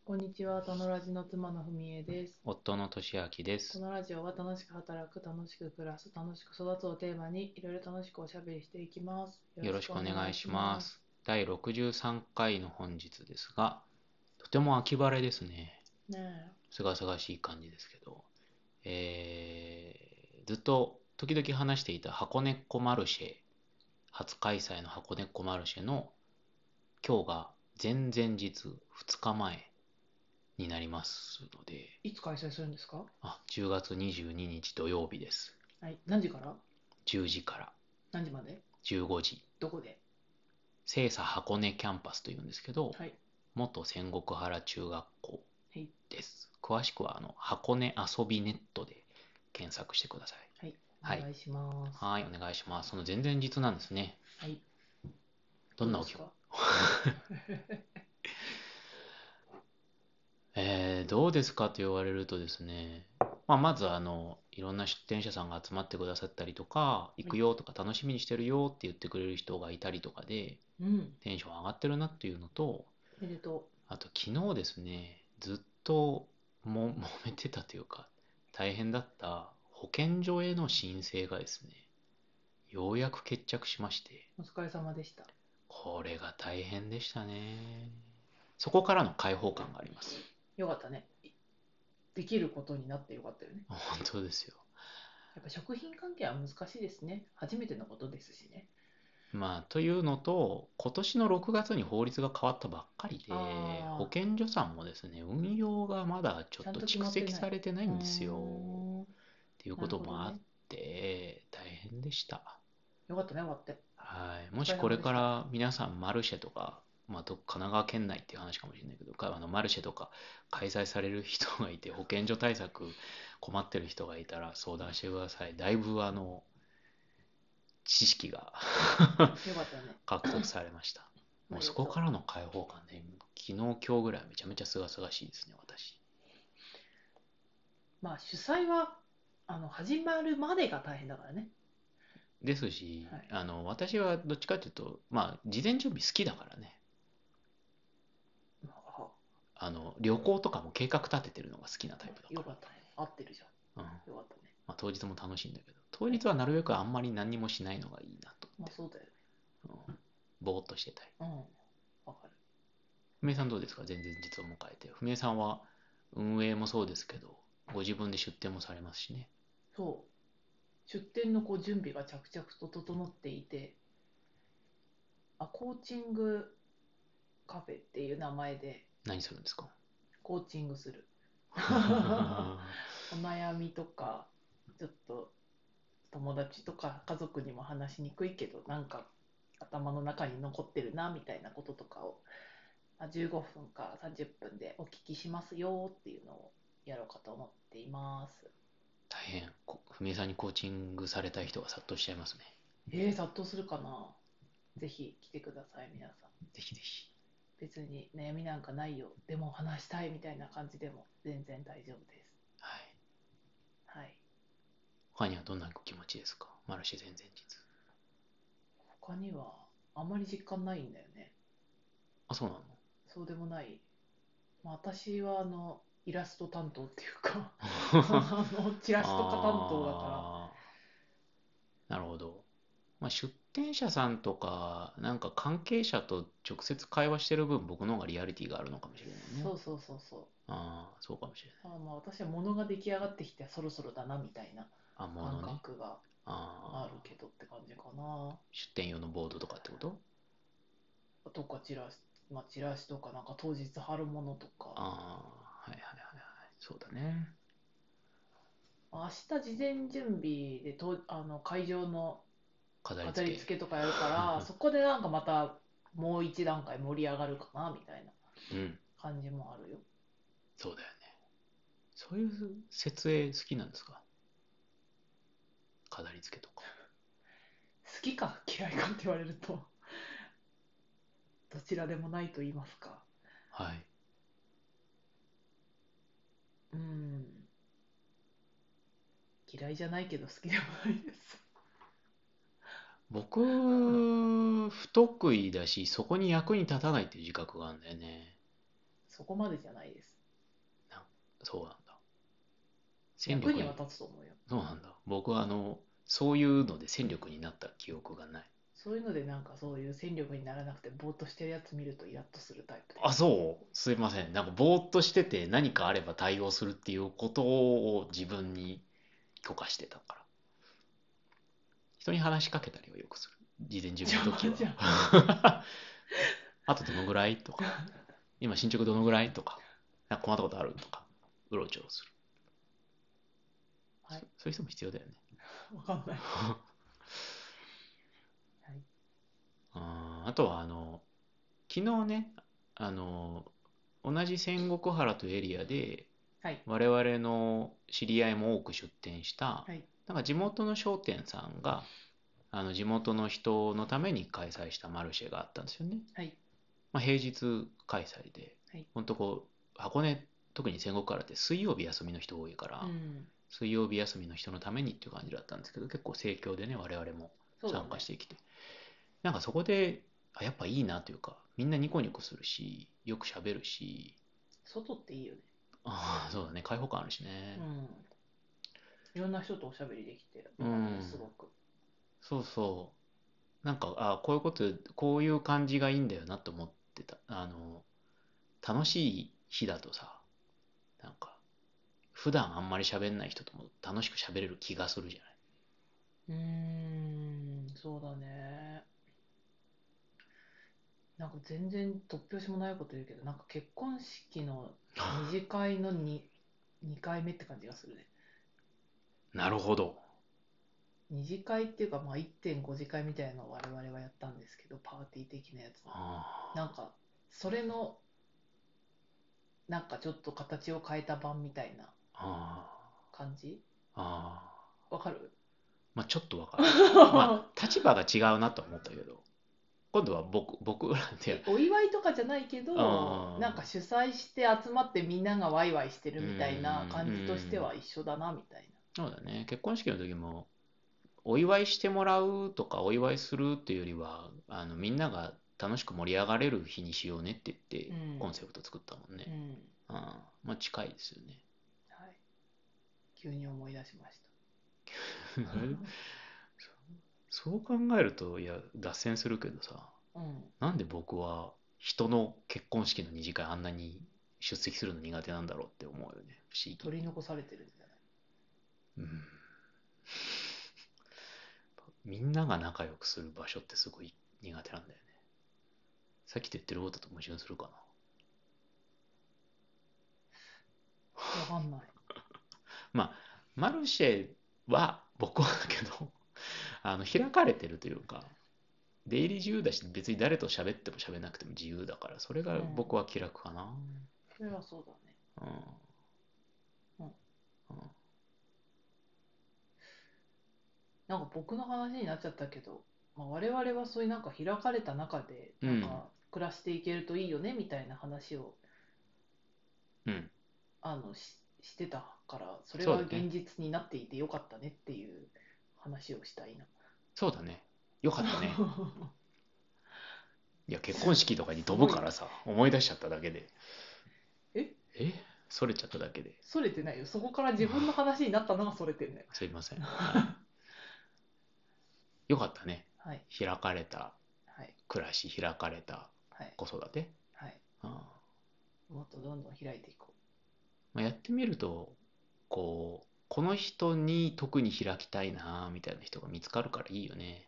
こんにちは、たのラジの妻のふみえです。 夫の俊明でこす。 のラジオは楽しく働く、楽しく暮らす、楽しく育つをテーマにいろいろ楽しくおしゃべりしていきます。よろよろしくお願しくお願いいししまます。 す。第63回の本日ですが、とても秋晴れですね。 ねすがすがしい感じですけど、ずっと時々話していた箱根っこマルシェ、初開催の箱根っこマルシェの今日が前々日2日前になりますので、 え、いつ開催するんですか？ 10月22日土曜日です。 はい、何時から 10時から何時まで？ 15時。 どこで？ 清佐箱根キャンパスというんですけど、 はい、 元仙石原中学校はい、 です。詳しくは箱根遊びネットで検索してください。 はい、 はい。 お願いします。 はい、お願いします。その前々日なんですね。 はい、 どんなお気分？ どうですか？ どうですかと言われるとですね、まずいろんな出店者さんが集まってくださったりとか、行はい、 くよとか楽しみにしてるよって言ってくれる人がいたりとかで、 うん、 テンション上がってるなっていうのと、 おめでとあと昨日ですね、ずっと揉めてたというか、大変だった保健所への申請がですね、ようやく決着しまして、 う。お疲れ様でした。 これが大変でしたね。そこからの解放感があります。 よかったね。できることになってよかったよね。 本当ですよ。 やっぱ食品関係は難しいですね。初めてのことですしね。 というのと、今年の6月に法律が変わったばっかりで、保ああ、 健所さんもですね、運用がまだちょっとちゃんと決蓄積まってない。 されてないうーんですよ。 ん、 っていうなこともあっるほどね。 て、大変でした。 よかったね、よかった。 はい。 お疲れもしこれ様でした。 から皆さんマルシェとか、神奈川県内っていう話かもしれないけど、マルシェとか開催される人がいて、保健所対策困ってる人がいたら相談してください。だいぶ知識がよかったね。 獲得されました。もうそこおめでとからの解放感ね、昨日今日ぐらいめちゃめちゃ清々しいですね、私。 う。まあ、主催は、始まるまでが大変だからね。 ですし、 はい。 私はどっちかというと、事前準備好きだからね。 まあ、 旅行とかも計画立ててるのが好きなタイプだかよかったね。合ってるじゃら。うん。 ん。よかったね。 当日も楽しいんだけど、当はい。 日はなるべくあんまり何もしないのがいいなとまあ、そうだよね。 思って。うん。ぼーっとしてたい。 うん。わかる。 ふみえさんどうですか？前々日を迎えて。ふみえさんは運営もそうですけど、ご自分で出店もされますしね。 そう。出店の準備が着々と整っていて、コーチングカフェっていう名前で何するんですか？ コーチングする。お悩みとか、ちょっと友達とか家族にも話しにくいけど、なんか頭の中に残ってるなみたいなこととかを15分か30分でお聞きしますよっていうのをやろうかと思っています。 大変。ふみえさんにコーチングされたい人が殺到しちゃいますね。 殺到するかな？ぜひ来てください、皆さん。 ぜひぜひ。 別に悩みなんかないよ。でも話したいみたいな感じでも全然大丈夫です。 はい。 はい。 他にはどんなお気持ちですか？マルシェ前々日。 他にはあまり実感ないんだよね。 あ、そうなの？ そうでもない。まあ、私はイラスト担当っていうかチラシとか担当だから。 あなるほど。出店者さんとか、なんか関係者と直接会話してる分、僕の方がリアリティがあるのかもしれないね。 そうそうそうそう。 そうかもしれない。 まあ私は物が出来上がってきてそろそろだなみたいな感ものね。 覚があるあけどって感じかな。 出店用のボードとかってこと？ とかチラシとかなんか当日貼るものとか。 はいはいはいはい。そうだね。 明日事前準備で会場の飾り飾り付け。 付けとかやるからそこでなんかまたもう一段階盛り上がるかなみたいなうん。 感じもあるよ。 そうだよね。そういう設営好きなんですか？飾り付けとか。 好きか嫌いかって言われるとどちらでもないと言いますか。 はい。 うん、嫌いじゃないけど好きでもないです。 僕、不得意だし、そこに役に立たないっていう自覚があるんだよね。 そこまでじゃないです。 そうなんだ。戦力に役には立つと思うよ。 そうなんだ。僕はそういうので戦力になった記憶がない。 そういうのでなんかそういう戦力にならなくてぼーっとしてるやつ見るとイラッとするタイプであ、 す。 そうすいません。なんかぼーっとしてて何かあれば対応するっていうことを自分に許可してたから。人に話しかけたりはよくする。事前準備の時じゃは。あとどのぐらいとか、今進捗どのぐらいとか、なんか困ったことあるとか、うろちょろする。 はい、 そういう人も必要だよね。 わかんない。はい、 あとは昨日ね、あの、同じ仙石原というエリアで、 はい、 我々の知り合いも多く出店した、 はい、 なんか地元の商店さんが、地元の人のために開催したマルシェがあったんですよね。 はい、 まあ、平日開催で、 はい、 本当こう、箱根、特に仙石原って水曜日休みの人多いから、 うん、 水曜日休みの人のためにっていう感じだったんですけど、結構盛況でね、我々もそうだね。 参加してきて、なんかそこで、やっぱいいなというか、みんなニコニコするし、よく喋るし、 外っていいよね。 そうだね、開放感あるしね。 うん。いろんな人とおしゃべりできてよかったです、 うん、 すごく。 そうそう。なんか、こういうこと、こういう感じがいいんだよなと思ってた。楽しい日だとさ、なんか、普段あんまり喋んない人とも楽しく喋れる気がするじゃない。 そうだね。なんか全然突拍子もないこと言うけど、なんか結婚式の二次会の2回目って感じがするね。 なるほど。 二次会っていうか、まあ、1.5次会みたいなのを我々はやったんですけど、パーティー的なやつ。 あなんか、それの、なんかちょっと形を変えた版みたいなあ、 感じ。 ああ。 わかる？ まあちょっとわかる。まあ立場が違うなと思ったけど、今度は僕らで、 お祝いとかじゃないけど、なんかあ主催して集まってみんながワイワイしてるうみたいなん、う感じとしてん、 は一緒だな、みたいそうだね。結婚式の時も、お祝いしてもらうとか、お祝いするっていうよりは、みんなが楽しく盛り上がれる日にしようねって言って、 な。うん。 コンセプト作ったもんね。 うん。 まあ近いですよね。 はい。急に思い出しました。 そう考えると、いや、脱線するけどさ、 うん。 なんで僕は人の結婚式の二次会あんなに出席するの苦手なんだろうって思うよね。不思議に。 取り残されてるんじゃない？ うん。みんなが仲良くする場所ってすごい苦手なんだよね。さっきと言ってることと矛盾するかわかんない。 な。まあ、マルシェは僕はだけど、開かれてるというか、出入り自由だし、別に誰と喋っても喋んなくても自由だから、それがうん。 僕は気楽かな。 それはそうだね。 うん。 うん。 うん。 なんか僕の話になっちゃったけど、まあ、我々はそういうなんか開かれた中でうん。 なんか暮らしていけるといいよねみたいな話をうん。 してたから、それはそうだね。 現実になっていてよかったねっていう話をしたいな。 そうだね。よかったね。いや、結婚式とかに飛すごい。 ぶからさ、思い出しちゃっただけで。 え、 えそれちゃっただけで。 それてないよ。そこから自分の話になったのがそれてんね。 すいません。はい。よかったね。 はい。 開かれたはい。 暮らし、開かれたはい。 子育て。 はい。 うん。 もっとどんどん開いていこまあ、やってみると、この人に特に開きたいなみたいな人が見つかるからいいよね。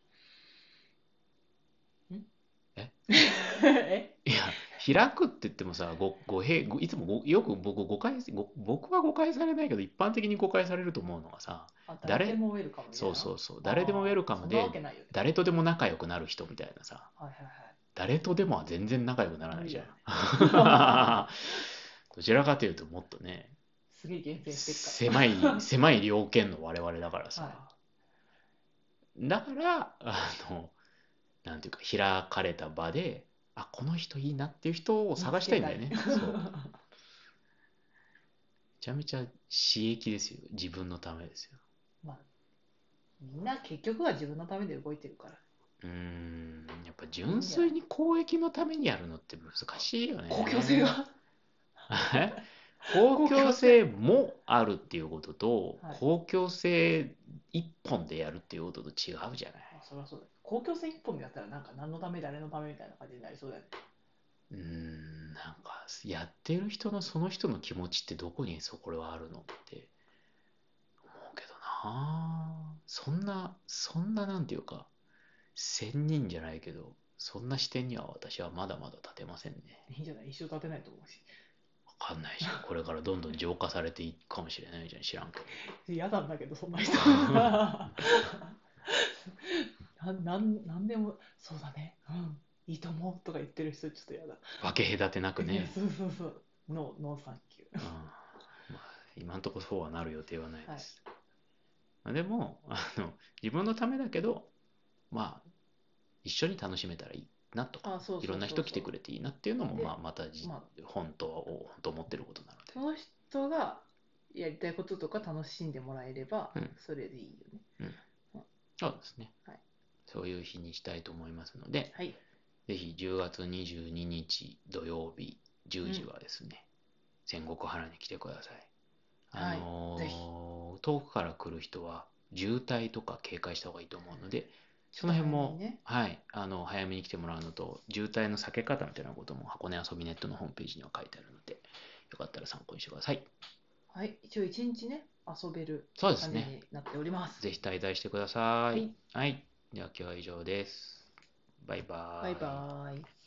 う。 ええ、 いや、開くって言ってもさ、いつもよく僕は誤解されないけど、一般的に誤解されると思うのがさ、 あ、誰でもウェルカムみたいな。 そうそうそう、誰でもウェああ、 ルカそんなわムで、 けないよね。 誰とでも仲良くなる人みたいなさ、 はいはいはい。 誰とでもは全然仲良くならないじゃ無理だよね。 ん。どちらかというともっとね、 すげえ厳選してっか狭い猟犬の我々だからら。はさ、 い。 だから、なんていうか、開かれた場で、この人いいなっていう人を見探つけたい。 したいんだよね。そう。めちゃめちゃ刺激ですよ。自分のためですよ。 まあ、みんな結局は自分のためで動いてるから。 やっぱいいんじゃない？ 純粋に公益のためにやるのって難しいよね。 公共性が。 公共性もあるっていうことと、 はい公共性一本でやるっていうことと違うじゃない。 あ、そりゃそうだ。公共性一本でやったら、なんか何のため、誰のためみたいな感じになりそうだよね。 なんかやってる人のその人の気持ちってどこにこれはあるのって思うけどな。そんななんていうか、仙人じゃないけど、そんな視点には私はまだまだ立てませんね。 いいんじゃない？一生立てないと思うし。 わかんないし、これからどんどん浄化されていくかもしれないじゃん、知らんけど。 嫌なんだけど、そんな人。なんでも、そうだね。うん。いいと思うとか言ってる人、ちょっと嫌だ。 分け隔てなくね。 そうそうそう。ノーサンキュー。 まあ、今のところそうはなる予定はないはい。 です。でも自分のためだけど、まあ、一緒に楽しめたらいいなとか、 あ、そういろんなそうそうそ人来てくれていいなっていうのも、 でまたまあ、 本当思ってることなので。 その人がやりたいこととか楽しんでもらえれば、 うんそれでいいよね。 うんうんそうですね。 はい。 そういう日にしたいと思いますので、 はい。 ぜひ10月22日土曜日10時はですね、仙石原に来てください。 はい。ぜひ。 遠くから来る人は渋滞とか警戒した方がいいと思うので、そちょっとの辺も、 早めにね。 はい、早めに来てもらうのと、渋滞の避け方みたいなことも箱根遊びネットのホームページには書いてあるので、よかったら参考にしてください。 はい。一応一日ね、遊べる感じそうですね。 になっております。 ぜひ滞在してください。 はい。 はい。では今日は以上です。バイバイバーイ。 バーイ。